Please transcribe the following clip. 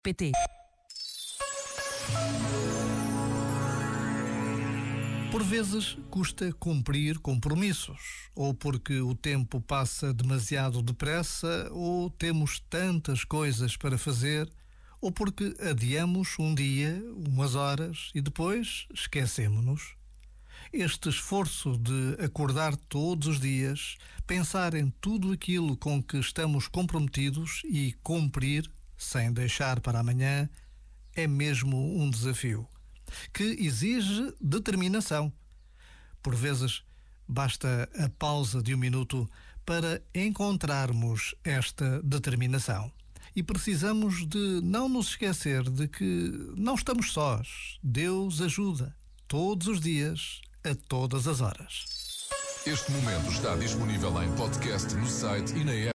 pt. Por vezes custa cumprir compromissos, ou porque o tempo passa demasiado depressa, ou temos tantas coisas para fazer, ou porque adiamos um dia, umas horas e depois esquecemo-nos. Este esforço de acordar todos os dias, pensar em tudo aquilo com que estamos comprometidos e cumprir, sem deixar para amanhã, é mesmo um desafio que exige determinação. Por vezes, basta a pausa de um minuto para encontrarmos esta determinação. E precisamos de não nos esquecer de que não estamos sós. Deus ajuda, todos os dias, a todas as horas. Este momento está disponível em podcast no site e na app.